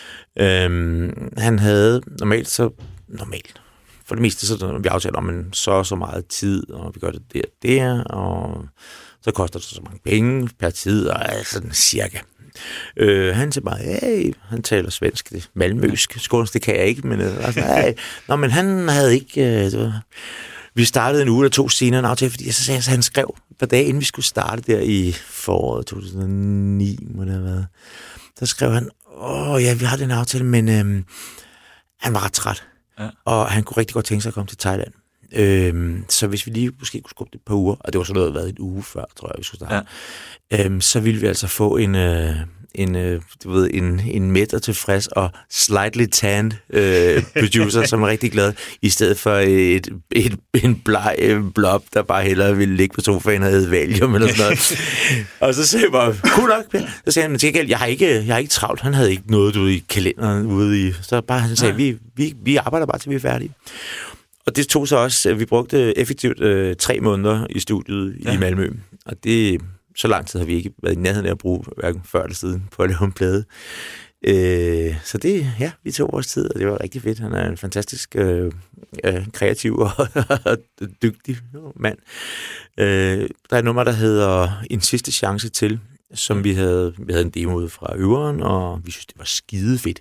Øhm, han havde normalt så... Normalt. For det meste, så når vi aftaler om en så så meget tid, og vi gør det der der, og så koster det så mange penge per tid, og sådan cirka. Øh, han siger bare, hey, han taler svensk, det malmøsk, skånsk, det kan jeg ikke, men altså, hey. Nå, men han havde ikke... Øh, det var, vi startede en uge eller to senere en aftale, fordi så sagde jeg, så han skrev på dage, inden vi skulle starte der i foråret to tusind og ni, må det have været. Så skrev han, åh ja, vi har den aftale, men øh, han var ret træt. Ja. Og han kunne rigtig godt tænke sig at komme til Thailand. Øhm, så hvis vi lige måske kunne skubbe det et par uger, og det var sådan noget, været en uge før, tror jeg, vi skulle starte, ja. øhm, så ville vi altså få en, øh, en, øh, du ved, en, en mæt og tilfreds og slightly tanned øh, producer, som er rigtig glad, i stedet for et, et, en bleg blob, der bare hellere ville ligge på sofaen og æde valium eller sådan noget. Og så sagde jeg bare, cool nok, Per. Så sagde han, men til gengæld, jeg har ikke, jeg har ikke travlt. Han havde ikke noget, du ved, i kalenderen ude i. Så bare, han sagde, vi, vi, vi arbejder bare, til vi er færdige. Og det tog så også, vi brugte effektivt øh, tre måneder i studiet ja. i Malmø. Og det, så lang tid har vi ikke været i nærheden af at bruge, hverken før eller siden, på at lave en plade. Øh, så det, ja, vi tog vores tid, og det var rigtig fedt. Han er en fantastisk øh, øh, kreativ og dygtig mand. Øh, der er et nummer, der hedder En sidste chance til, som vi havde, vi havde en demo ud fra øveren, og vi synes, det var skide fedt.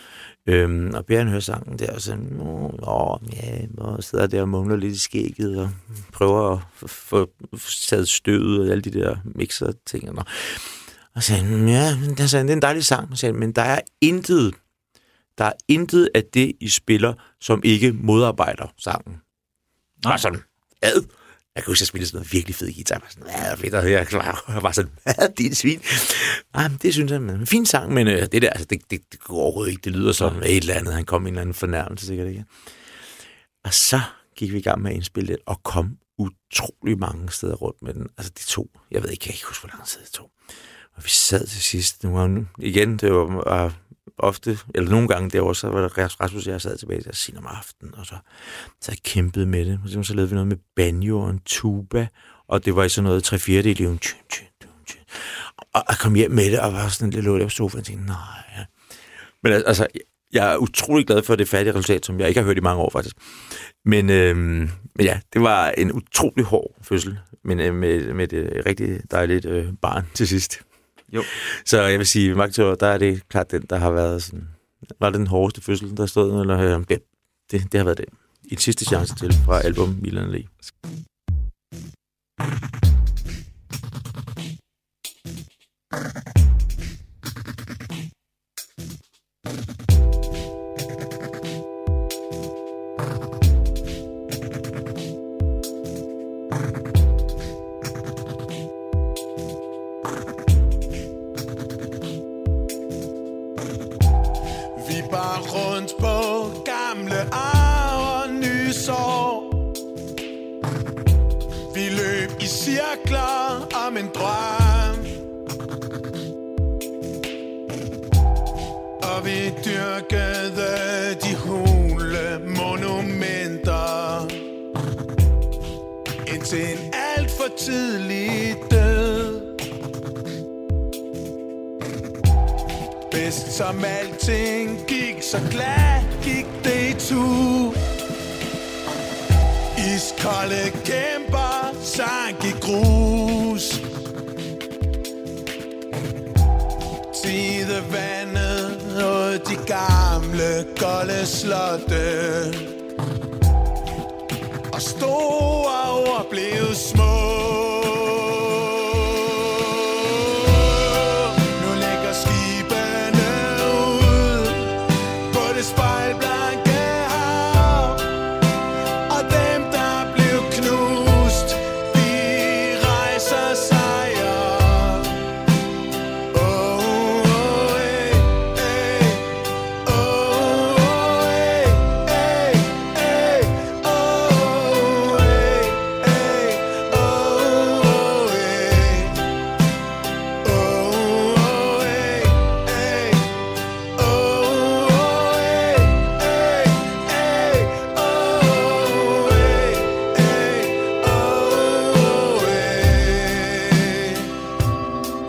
Øhm, og Bjørn hører sangen der, og sådan, åh, ja, og sidder der og mumler lidt i skægget, og prøver at få taget støvet og alle de der mixer-ting. Og, og så sagde ja, det er en dejlig sang, sagde, men der er intet, der er intet af det, I spiller, som ikke modarbejder sangen. Nej. Og sådan, ad. Jeg kan huske, at jeg spillede sådan noget virkelig fed guitar. Jeg var sådan, ja, fedt, og jeg var sådan, ja, det er et svin. Ej, det synes jeg er en fin sang, men øh, det der, altså, det, det, det går overhovedet ikke. Det lyder som ja. et eller andet. Han kom i en eller anden fornærmelse, sikkert ikke. Og så gik vi i gang med at indspille det, og kom utrolig mange steder rundt med den. Altså, de to, jeg ved ikke, jeg kan ikke huske, hvor lang tid det tog. Og vi sad til sidst, nu var igen, det var uh, ofte, eller nogle gange derovre, så var der Rasmus, jeg sad tilbage til at sige om aftenen, og så, så jeg kæmpede med det. Og så lavede vi noget med banjo og en tuba, og det var i sådan noget tre fjerdedel i en tjyn, tjyn, tjyn. Og jeg kom hjem med det, og var sådan lidt låget på sofaen, og tænkte, nej. Ja. Men altså, jeg er utrolig glad for det færdige resultat, som jeg ikke har hørt i mange år, faktisk. Men, øhm, men ja, det var en utrolig hård fødsel, men øh, med, med et rigtig dejligt øh, barn til sidst. Jo. Så jeg vil sige, Magtår, der er det klart den, der har været sådan... Var det den hårdeste fødsel, der stod? Eller, øh, det, det, det har været det. En sidste chance til fra album Milan Allé. Om en drøm, og vi dyrkede de hule monumenter, indtil en tidlig død. Bedst som alting gik, så glad gik det i tu. Iskolde kæmper sank i grus. Tidevandet og de gamle golde slotte, og store ord blev små. Nu ligger skibene ud på det spejlblanke hav, og dem der blev knust, de rejser sig op. Oh, oh, hey, hey. Oh, oh, hey, hey, hey. Oh, hey, hey. Oh, oh, hey. Oh, oh, hey, hey. Oh, oh, hey, hey, hey. Oh, hey, hey. Oh, hey.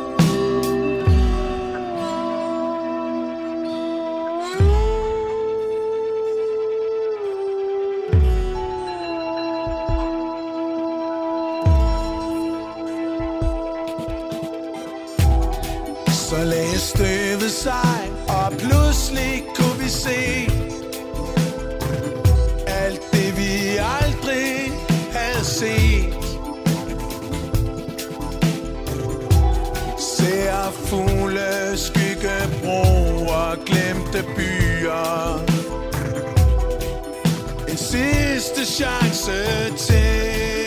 Så lagde støvet sig, og pludselig kunne vi se alt det vi aldrig havde set. Ser fugle, skyggebroer, glemte byer. En sidste chance til.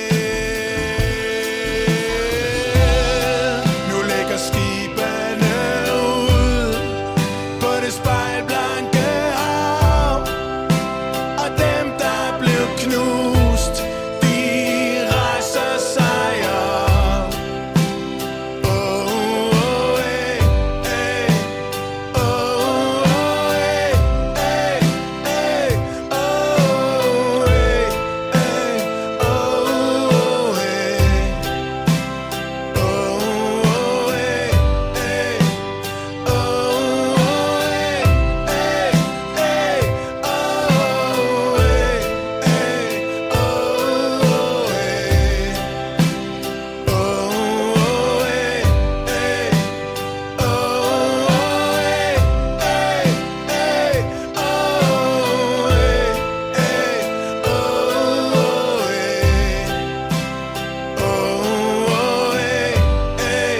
Nu ligger skibene ud på det spejlblanke hav, og dem der blev knust, de rejser sig op. Oh, oh, hey, hey. Oh, oh, hey, hey, hey. Oh, hey, hey. Oh, hey. Oh, hey, hey. Oh, hey, hey, hey. Oh, hey, hey. Oh, hey. Oh, hey, hey. Oh, hey, hey, hey. Oh, hey, hey. Oh, hey. Oh, hey, hey.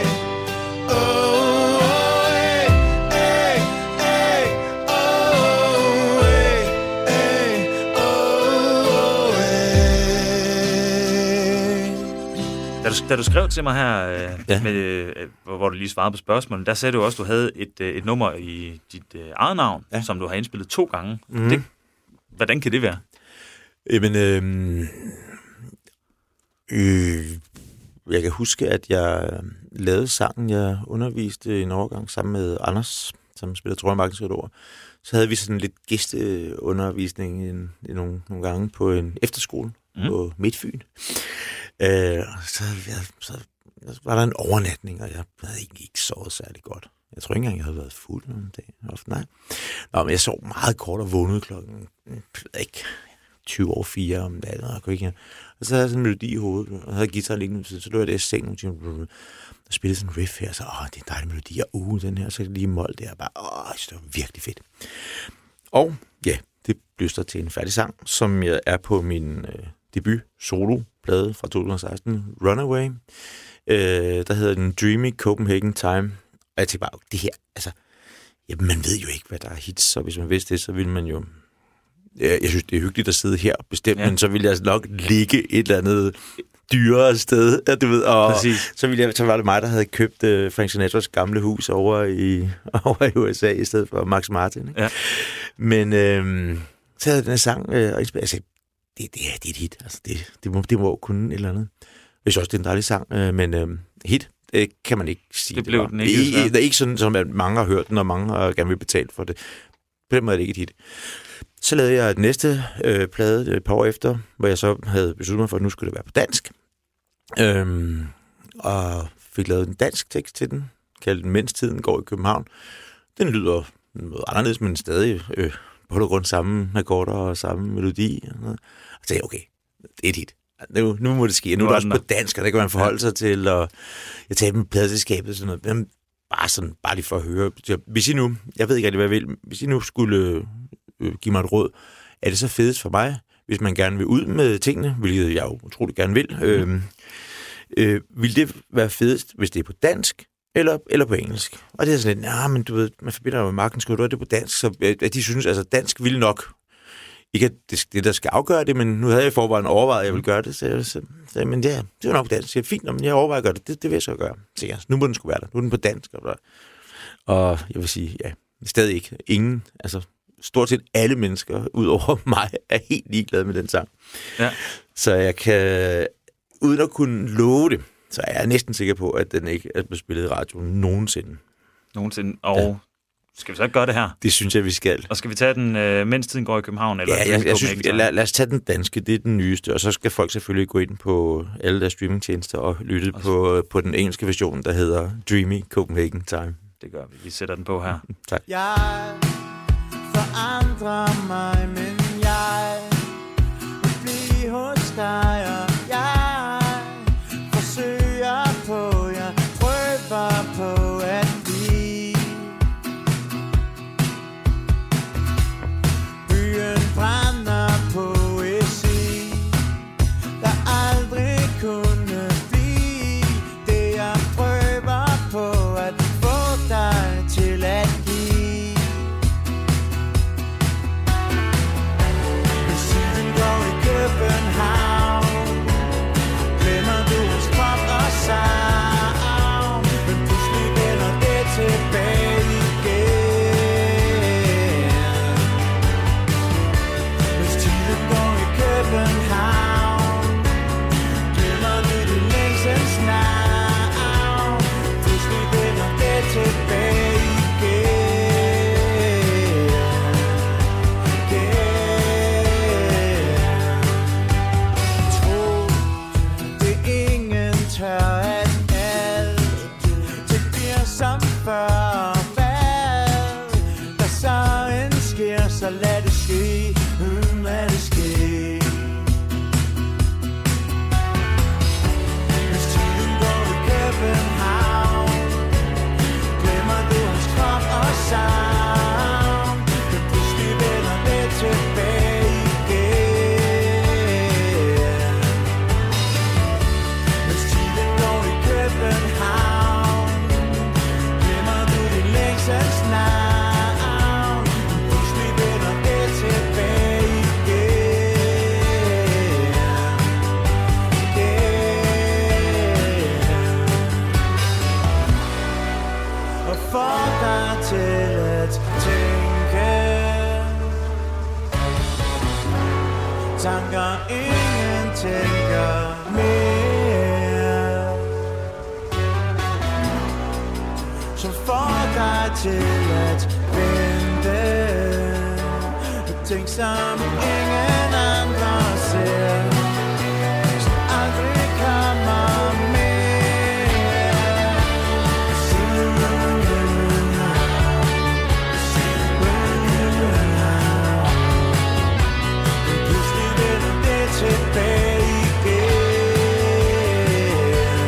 Oh, hey, hey, hey. Oh, hey, hey. Oh, hey. Da du, da du skrev til mig her, øh, Ja. med, øh, hvor, hvor du lige svarede på spørgsmålet, der sagde du også, at du havde et, øh, et nummer i dit øh, eget navn, Ja. som du har indspillet to gange. Mhm. Det, hvordan kan det være? Jamen, øh, øh, jeg kan huske, at jeg lavede sangen, jeg underviste en overgang sammen med Anders, som spiller trommer og markedsfører. Så havde vi sådan lidt gæsteundervisning en, en nogle, nogle gange på en efterskole Mm. mm. på Midtfyn. Øh, så, jeg, så var der en overnatning, og jeg havde egentlig ikke sovet særlig godt. Jeg tror ikke engang, jeg havde været fuld nogen dag. Ofte, nej. Nå, men jeg sov meget kort og vågnede klokken jeg ved ikke, tyve over fire om natten, og, ikke, og så havde jeg sådan en melodi i hovedet, og jeg havde guitar liggende, så lå jeg der i sengen, og spillede sådan en riff her, så åh, det er en dejlig melodi, og uh, den her, så lige mål der, bare, åh, det var virkelig fedt. Og ja, det blev så til en færdig sang, som jeg er på min øh, debut solo-plade fra to tusind og seksten, Runaway, øh, der hedder den Dreamy Copenhagen Time, og jeg tænkte bare, det her, altså, ja, man ved jo ikke, hvad der er hits, så hvis man vidste det, så ville man jo... Jeg synes, det er hyggeligt at sidde her bestemt, ja. Men så ville jeg nok ligge et eller andet dyrere sted, ja, du ved, og så, ville jeg, så var det mig, der havde købt uh, Frank Sinatras gamle hus over i, over i U S A, i stedet for Max Martin, ikke? Ja. Men øh, så havde jeg den her sang, øh, og jeg sagde, det, det, er, det er et hit, altså, det, det, må, det må kunne et eller andet. Jeg synes også, det er en dejlig sang, øh, men øh, hit, det kan man ikke sige. Det blev det den ikke. I, det er ikke sådan, som at mange har hørt den, og mange har gerne vil betale for det. På den måde er det ikke et hit. Så lavede jeg et næste øh, plade et par år efter, hvor jeg så havde besluttet mig for, at nu skulle det være på dansk. Øhm, og fik lavet en dansk tekst til den, kaldt den Mens tiden går i København. Den lyder noget anderledes, men stadig øh, på det grund samme akkorder og samme melodi. Og, og så sagde jeg, okay, det er et hit. Nu, nu må det ske. Nu er det også på dansk, og det kan man forholde sig til. Og jeg talte med pladeselskabet og sådan noget. Jamen, bare, sådan, bare lige for at høre. Hvis I nu, jeg ved ikke rigtig, hvad jeg vil, hvis I nu skulle øh, give mig et råd, er det så fedest for mig, hvis man gerne vil ud med tingene, hvilket jeg jo utrolig gerne vil. Mm. Øh, øh, vil det være fedest, hvis det er på dansk, eller, eller på engelsk? Og det er sådan lidt, nej, men du ved, man forbinder jo med marken, skal du have det på dansk, så at de synes, altså dansk vil nok, ikke at det, det der skal afgøre det, men nu havde jeg i forvejen overvejet, at jeg ville gøre det, så jeg sagde, så, men ja, det er nok på dansk. Så jeg, fint, men jeg overvejer at gøre det, det, det vil jeg så gøre. Så jeg, nu må den sgu være der, nu er den på dansk. Og, og jeg vil sige, ja, stadig ikke, ingen, altså stort set alle mennesker, ud over mig, er helt ligeglade med den sang. Ja. Så jeg kan, uden at kunne love det, så er jeg næsten sikker på, at den ikke er blevet spillet i radioen nogensinde. Nogensinde. Og ja. Skal vi så ikke gøre det her? Det synes jeg, vi skal. Og skal vi tage den, øh, mens tiden går i København? Eller ja, jeg, jeg synes, lad, lad os tage den danske, det er den nyeste. Og så skal folk selvfølgelig gå ind på alle deres streamingtjenester og lytte på, på den engelske version, der hedder Dreamy Copenhagen Time. Det gør vi. Vi sætter den på her. Tak. Jeg forandrer mig, men jeg vil blive hos dig, og jeg forsøger på, jeg prøver på at blive. Byen brænder poesi, der aldrig kunne blive det, jeg prøver på at få dig til at give. Hvis tiden går i København, glemmer du hans krop og savn, men pludselig vender det tilbage igen. Hvis tiden går i København, glemmer du det længsels navn, pludselig vender det tilbage igen. Tro, det ingen tør at alt, det bliver som før. Hvad der så end sker, så lad det ske, mm, lad det ske. Hvis tiden går i København, glemmer du hans krop og savn, men pludselig vender det tilbage igen. Hvis tiden går i København, glemmer du din længsels navn, men pludselig vender det tilbage igen. Igen. Og får dig til at tænke tanker ingen tænker mere, som får dig til at vente på ting som ingen andre ser, som aldrig kommer mere. Pludselig vender det tilbage igen.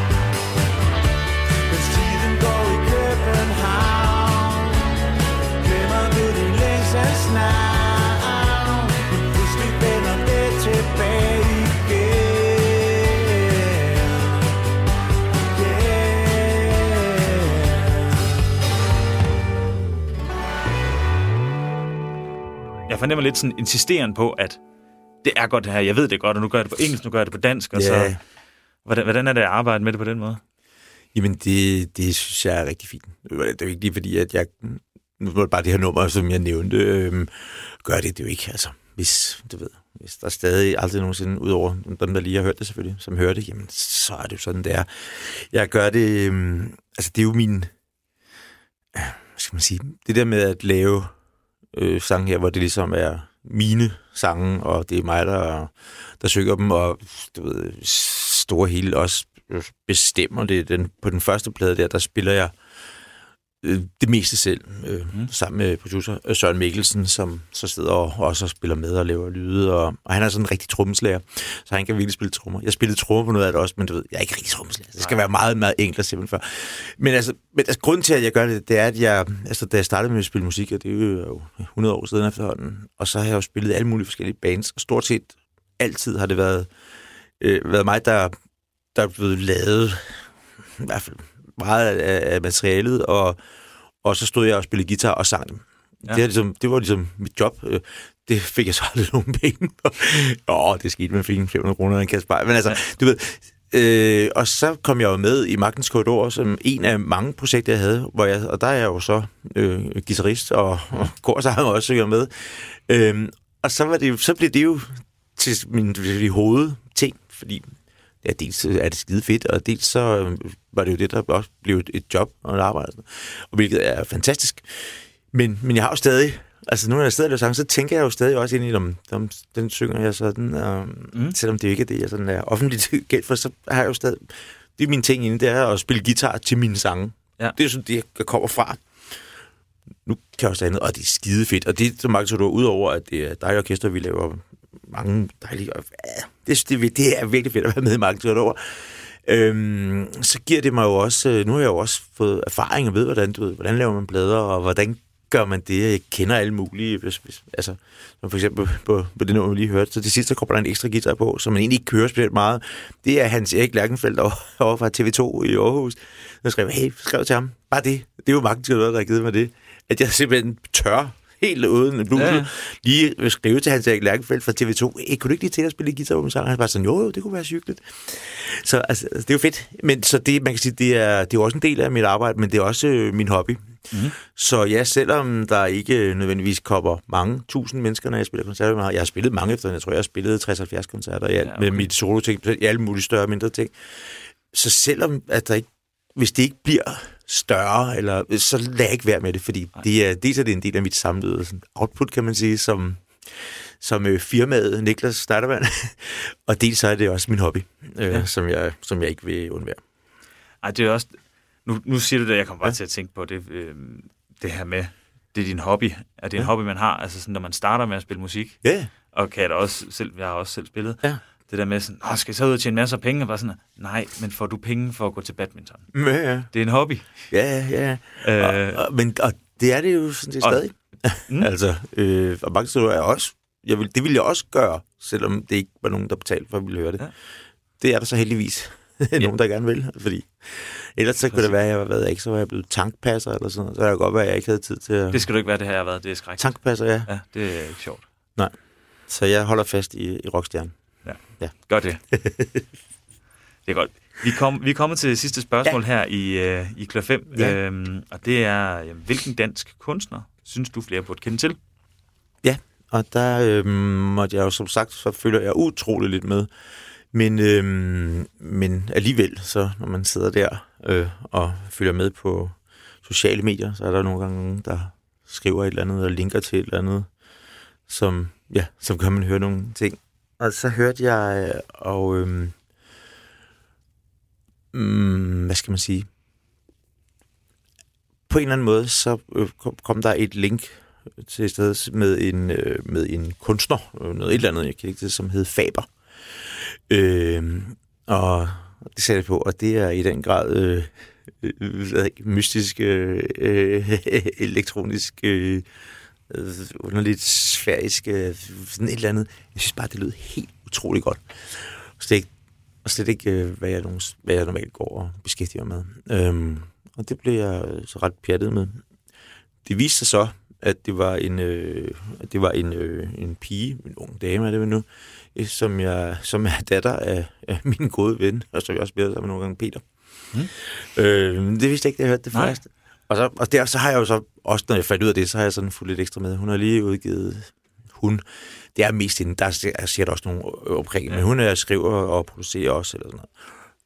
Hvis tiden går i København, glemmer du din længsels navn, men pludselig vender det tilbage igen. Jeg fornemmer lidt sådan insisteren på, at det er godt det her. Jeg ved det godt, og nu gør jeg det på engelsk, nu gør jeg det på dansk. Og Ja. så, hvordan, hvordan er det at arbejde med det på den måde? Jamen, det, det synes jeg er rigtig fint. Det er jo ikke lige fordi, at jeg... Nu var det bare det her nummer, som jeg nævnte, øhm, gør det, det er jo ikke, altså, hvis, du ved, hvis der er stadig aldrig nogensinde, udover dem, der lige har hørt det selvfølgelig, som hører det, jamen, så er det jo sådan, det er. Jeg gør det, øhm, altså, det er jo min, hvad skal man sige, det der med at lave øh, sange her, hvor det ligesom er mine sange, og det er mig, der, der synger dem, og du ved, store hele også bestemmer det. Den, på den første plade der, der spiller jeg øh, det meste selv, øh, mm. sammen med producer øh, Søren Mikkelsen, som så sidder og også spiller med og laver lyde, og, og han er sådan en rigtig trommeslager, så han kan virkelig spille trommer. Jeg spillede trommer på noget af det også, men du ved, jeg er ikke rigtig trommeslager. Det skal være meget, meget enklere simpelthen for. Men altså, men altså, grunden til, at jeg gør det, det er, at jeg, altså, da jeg startede med at spille musik, og det er jo hundrede år siden efterhånden, og så har jeg jo spillet alle mulige forskellige bands, og stort set altid har det været, øh, været mig, der, der er blevet lavet, i hvert fald meget af, af materialet, og, og så stod jeg og spillede guitar og sang dem. Ja. Det, ligesom, det var ligesom mit job. Det fik jeg så aldrig nogen penge. Åh, det skete, man fik en fem hundrede kroner og en kasse bajer. Men altså, ja. du ved... Øh, og så kom jeg jo med i Magtens Korridor som en af mange projekter, jeg havde, hvor jeg, og der er jeg jo så øh, guitarist og, og korsanger også synger med. Øh, og så, var det, så blev det jo til min hovedting, fordi ja, dels er det skide fedt, og dels så var det jo det, der også blev et job og et arbejde, og hvilket er fantastisk. Men, men jeg har jo stadig, altså nu når jeg stadig laver sang, så tænker jeg jo stadig også ind i dem, dem den synger jeg sådan, og, mm. selvom det ikke er det, jeg sådan er offentligt gæld for, så har jeg jo stadig, det er min ting inde, det er at spille guitar til mine sange. Ja. Det er jo sådan det, jeg kommer fra. Nu kan jeg også andet, og det er skide fedt, og det er så meget, så du er udover, at det er dejlige orkester, vi laver mange dejlige... Ja, det, det, det er virkelig fedt at være med i Magtens Korridor. Øhm, så giver det mig jo også... Nu har jeg jo også fået erfaring og ved, hvordan, du ved, hvordan laver man plader, og hvordan gør man det. Jeg kender alle mulige... Hvis, hvis, altså, som for eksempel på, på det nummer, vi lige hørte, så til sidst så kommer der en ekstra guitar på, som man egentlig ikke kører specielt meget. Det er Hans Erik Lerchenfeldt over, over fra T V to i Aarhus. Der skrev hey, skrev til ham. Bare det. Det er jo Magtens Korridor, der har givet mig det. At jeg simpelthen tør helt uden bluse, ja. lige skrive til Hans Erik Lerchenfeldt fra T V to, hey, kunne du ikke lige til at spille guitar på min sang? Han var sådan, jo, jo, det kunne være hyggeligt. Så altså, det er jo fedt. Men så det, man kan sige, det er, det er også en del af mit arbejde, men det er også øh, min hobby. Mm-hmm. Så ja, selvom der ikke nødvendigvis kommer mange tusind mennesker, når jeg spiller koncerter, jeg har spillet mange efter, jeg tror, jeg har spillet tres til halvfjerds koncerter i alt, ja, okay. med mit solo-ting, i alle mulige større og mindre ting. Så selvom at der ikke, hvis det ikke bliver større, eller så lad jeg ikke være med det, fordi det er, dels er det en del af mit samlede sådan, output, kan man sige, som, som øh, firmaet Niklas Snyderman, og dels så er det også min hobby, øh, ja. som, jeg, som jeg ikke vil undvære. Ej, det er også... Nu, nu siger du det, jeg kommer bare ja. til at tænke på det, øh, det her med, det er din hobby, at det er en ja. hobby, man har, altså sådan, når man starter med at spille musik, ja. og kan jeg da også selv, jeg har også selv spillet, ja. det der med sådan, åh, skal jeg så ud og tjene masser af penge? Og bare sådan, nej, men får du penge for at gå til badminton? Ja, ja. Det er en hobby. Ja, ja, ja. Øh, og, og, men, og det er det jo sådan set stadig. Mm. altså, øh, og Magtens Korridor er også, jeg vil, det ville jeg også gøre, selvom det ikke var nogen, der betalte for at ville høre det. Ja. Det er der så heldigvis nogen, ja. der gerne vil, fordi ellers så kunne det være, at jeg var været ikke, så var jeg blevet tankpasser eller sådan noget. Så kan det godt være, at jeg ikke havde tid til at... Det skal du ikke være, det her jeg har været, det er skrækkeligt. Tankpasser, ja. Ja, det er ikke sjovt. Nej, så jeg holder fast i, i rockstjernen. Ja, ja. Gør det. Det er godt. Vi, kom, vi er kommet til sidste spørgsmål ja. her i, uh, i Klør fem, ja. øhm, og det er, jamen, hvilken dansk kunstner synes du flere burde kende til? Ja, og der øhm, måtte jeg jo som sagt, så følger jeg utroligt lidt med. Men, øhm, men alligevel, så når man sidder der øh, og følger med på sociale medier, så er der nogle gange nogen, der skriver et eller andet og linker til et eller andet, som, ja, som kan man høre nogle ting. Og så hørte jeg, og øhm, øhm, hvad skal man sige? På en eller anden måde, så øh, kom, kom der et link til et sted med en, øh, med en kunstner, noget et eller andet, jeg kan ikke det, som hed Faber. Øh, og det sætter jeg på, og det er i den grad øh, øh, mystisk, øh, elektronisk, øh, underligt sfærisk, øh, sådan et eller andet. Jeg synes bare, det lød helt utroligt godt. Og slet ikke, og slet ikke øh, hvad, jeg nogen, hvad jeg normalt går og beskæftiger mig med. Øh, og det blev jeg så ret pjattet med. Det viste sig så, at det var en, øh, at det var en, øh, en pige, en ung dame er det nu, som, jeg, som er datter af, af min gode ven, og som jeg også spiller sammen nogle gange, Peter. Mm. Øh, det vidste jeg ikke, da jeg hørte det først. Og, så, og der, så har jeg jo så, også når jeg fandt ud af det, så har jeg sådan fuldt lidt ekstra med. Hun har lige udgivet, hun, det er mest hende, der siger der også nogle omkring, ja. men hun er skriver og producerer også, eller sådan noget.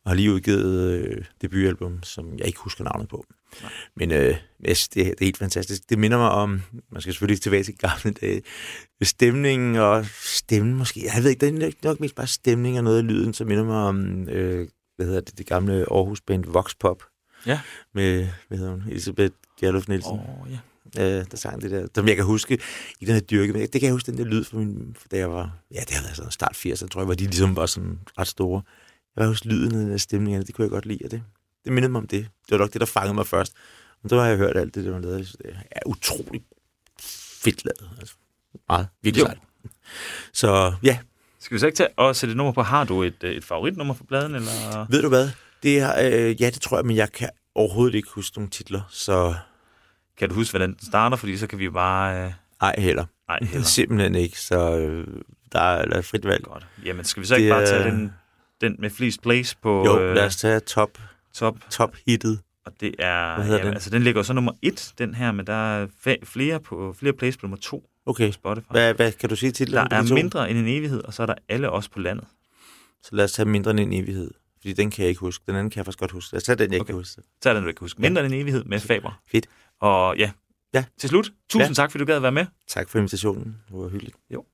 og har lige udgivet øh, debutalbum, som jeg ikke husker navnet på. Nej. Men øh, det, det er helt fantastisk. Det minder mig om, man skal selvfølgelig tilbage til gamle dage, stemningen og stemmen måske. Jeg ved ikke, det er nok mest bare stemning og noget af lyden, som minder mig om, øh, hvad hedder det, det gamle Aarhus-band Vox Pop. Ja. Med, hvad hedder hun, Elisabeth Gjerløf Nielsen. Åh, oh, ja. Øh, der sang det der, som jeg kan huske i den her dyrke. Det kan jeg huske, den der lyd fra min, for da jeg var, ja, det har været sådan start firserne, tror jeg, hvor de ligesom var sådan ret store. Jeg var huske lyden af den der stemning, det kunne jeg godt lide, og det, det mindede mig om det. Det var nok det, der fangede mig først. Og så har jeg hørt alt det, der var lavet. Så det er utroligt fedt lavet. Altså, meget virkelig sejt. Så ja. Skal vi så ikke tage og sætte et nummer på? Har du et, et favoritnummer for pladen? Eller? Ved du hvad? Det er, øh, ja, det tror jeg, men jeg kan overhovedet ikke huske nogle titler, så... Kan du huske, hvordan den starter? Fordi så kan vi jo bare... Øh... Ej, heller. Ej, heller. Simpelthen ikke, så øh, der er der er frit valg. Godt. Jamen, skal vi så ikke det, bare tage den, den med flest plays på... Jo, lad os tage top, top. top hittet. Og det er... Hvad hedder jamen, den? Altså, den ligger så nummer et, den her, men der er flere, på, flere plays på nummer to. Okay. Spotify. Hvad, hvad kan du sige til Der er to? Mindre end en evighed, og så er der alle os på landet. Så lad os tage mindre end en evighed. Fordi den kan jeg ikke huske. Den anden kan jeg faktisk godt huske. Lad os tage den, jeg okay. ikke kan huske. Tag den, du ikke kan huske. Mindre ja. end en evighed med Faber. Fedt. Og ja, ja. til slut, tusind ja. tak, fordi du gad at være med. Tak for invitationen. Det var hyggeligt. Jo.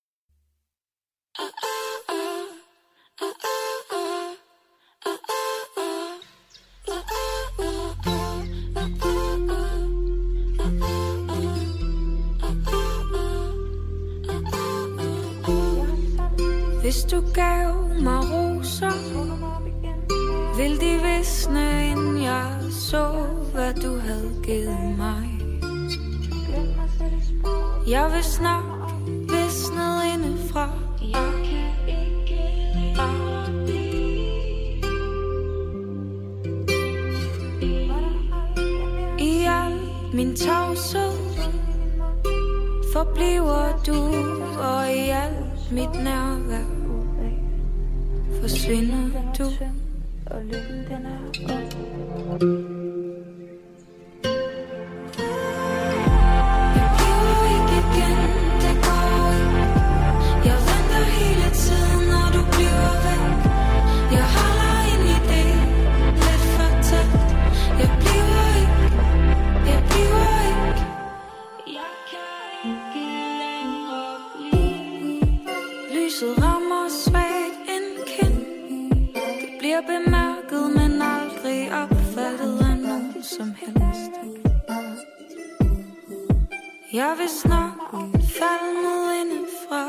Hvis du gav mig roser, vil de visne, inden jeg så, hvad du havde givet mig. Jeg vil snart visnet indefra. I al min tavshed forbliver du, og i alt mit nærvær forsvinder du. Og lykken den er op. Jeg bliver ikke igen, det går ikke. Jeg venter hele tiden, når du bliver væk. Jeg holder en idé, lidt for tæt. Jeg bliver ikke, jeg bliver ikke. Jeg kan ikke længere blive. Lyset rammer svagt en kind. Det bliver bemærket, men aldrig opfattet af nogen som helst. Jeg vil snart falde ned indefra.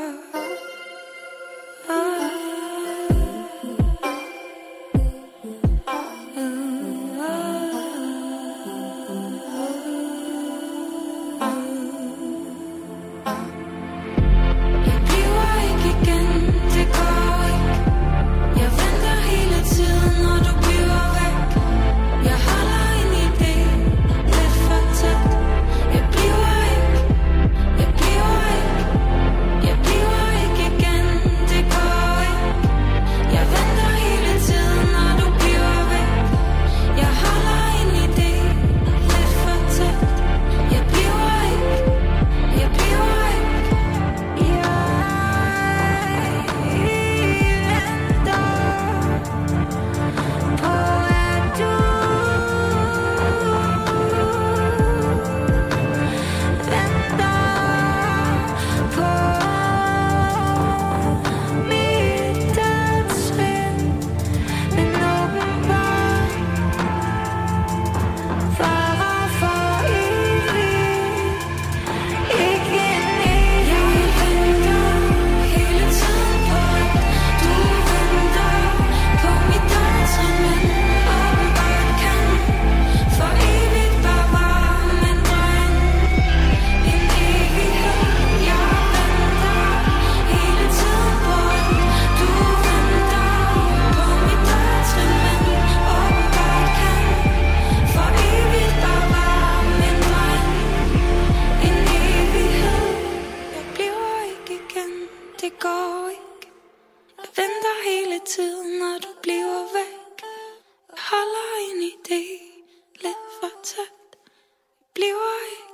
Jeg bliver ikke igen, det går ikke. Jeg venter hele tiden, når du bliver væk. Jeg holder en idé, lidt for tæt. Jeg bliver ikke, jeg bliver ikke. Jeg bliver ikke igen, det går ikke. Jeg venter hele tiden, når du bliver væk. Jeg holder en idé, lidt for tæt. Jeg bliver ikke, jeg bliver ikke. Det går ikke. Jeg venter hele tiden, når du bliver væk. Jeg holder en idé, lidt for tæt. Jeg bliver ikke.